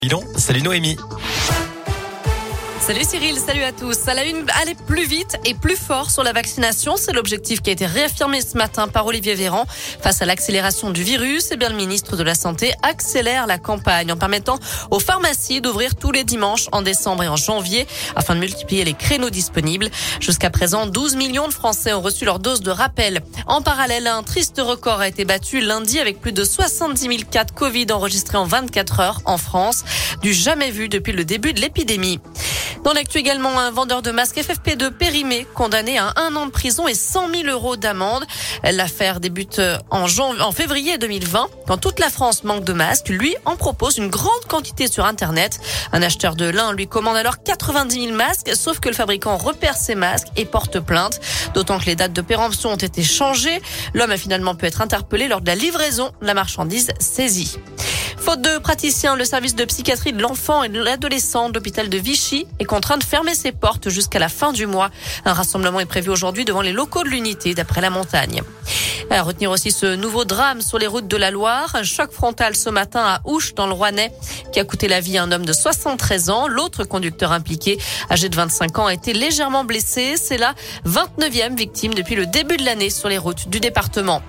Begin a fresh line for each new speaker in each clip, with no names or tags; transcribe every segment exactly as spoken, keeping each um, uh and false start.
Bilan, salut Noémie.
Salut Cyril, salut à tous. À la une, aller plus vite et plus fort sur la vaccination, c'est l'objectif qui a été réaffirmé ce matin par Olivier Véran. Face à l'accélération du virus, eh bien le ministre de la Santé accélère la campagne en permettant aux pharmacies d'ouvrir tous les dimanches en décembre et en janvier afin de multiplier les créneaux disponibles. Jusqu'à présent, douze millions de Français ont reçu leur dose de rappel. En parallèle, un triste record a été battu lundi avec plus de soixante-dix mille cas de Covid enregistrés en vingt-quatre heures en France, du jamais vu depuis le début de l'épidémie. Dans l'actu également, un vendeur de masques F F P deux périmé, condamné à un an de prison et cent mille euros d'amende. L'affaire débute en, janvier, en février deux mille vingt. Quand toute la France manque de masques, lui en propose une grande quantité sur Internet. Un acheteur de l'Ain lui commande alors quatre-vingt-dix mille masques, sauf que le fabricant repère ses masques et porte plainte. D'autant que les dates de péremption ont été changées. L'homme a finalement pu être interpellé lors de la livraison de la marchandise saisie. Faute de praticiens, le service de psychiatrie de l'enfant et de l'adolescent de l'hôpital de Vichy est contraint de fermer ses portes jusqu'à la fin du mois. Un rassemblement est prévu aujourd'hui devant les locaux de l'unité d'après La Montagne. À retenir aussi ce nouveau drame sur les routes de la Loire. Un choc frontal ce matin à Ouche dans le Rouennais qui a coûté la vie à un homme de soixante-treize ans. L'autre conducteur impliqué, âgé de vingt-cinq ans, a été légèrement blessé. C'est la vingt-neuvième victime depuis le début de l'année sur les routes du département.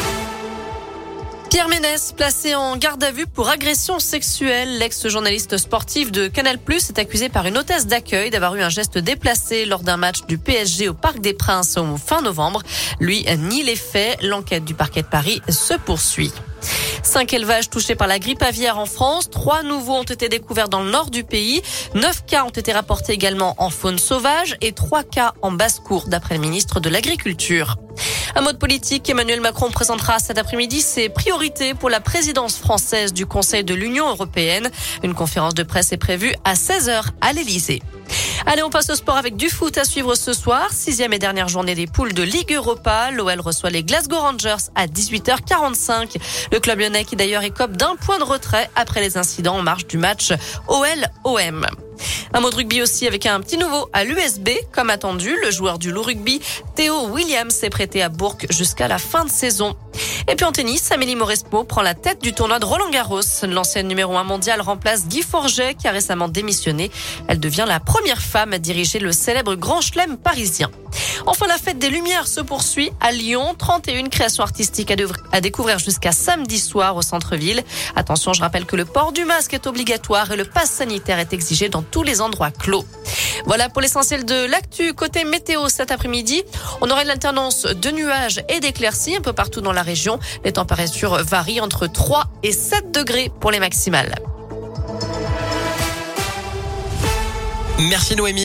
Pierre Ménès, placé en garde à vue pour agression sexuelle. L'ex-journaliste sportif de Canal plus, est accusé par une hôtesse d'accueil d'avoir eu un geste déplacé lors d'un match du P S G au Parc des Princes au fin novembre. Lui nie les faits. L'enquête du parquet de Paris se poursuit. Cinq élevages touchés par la grippe aviaire en France. Trois nouveaux ont été découverts dans le nord du pays. Neuf cas ont été rapportés également en faune sauvage et trois cas en basse-cour, d'après le ministre de l'Agriculture. Un mot de politique, Emmanuel Macron présentera cet après-midi ses priorités pour la présidence française du Conseil de l'Union européenne. Une conférence de presse est prévue à seize heures à l'Elysée. Allez, on passe au sport avec du foot à suivre ce soir. Sixième et dernière journée des poules de Ligue Europa. L'O L reçoit les Glasgow Rangers à dix-huit heures quarante-cinq. Le club lyonnais qui d'ailleurs écope d'un point de retrait après les incidents en marge du match O L O M. Un mot de rugby aussi avec un petit nouveau à l'U S B. Comme attendu, le joueur du loup rugby, Théo Williams, s'est prêté à Bourg jusqu'à la fin de saison. Et puis en tennis, Amélie Mauresmo prend la tête du tournoi de Roland-Garros. L'ancienne numéro un mondiale remplace Guy Forget qui a récemment démissionné. Elle devient la première femme à diriger le célèbre Grand Chelem parisien. Enfin, la fête des Lumières se poursuit à Lyon. trente et une créations artistiques à, de- à découvrir jusqu'à samedi soir au centre-ville. Attention, je rappelle que le port du masque est obligatoire et le pass sanitaire est exigé dans tous les endroits clos. Voilà pour l'essentiel de l'actu. Côté météo cet après-midi, on aura une alternance de nuages et d'éclaircies un peu partout dans la région. Les températures varient entre trois et sept degrés pour les maximales.
Merci Noémie.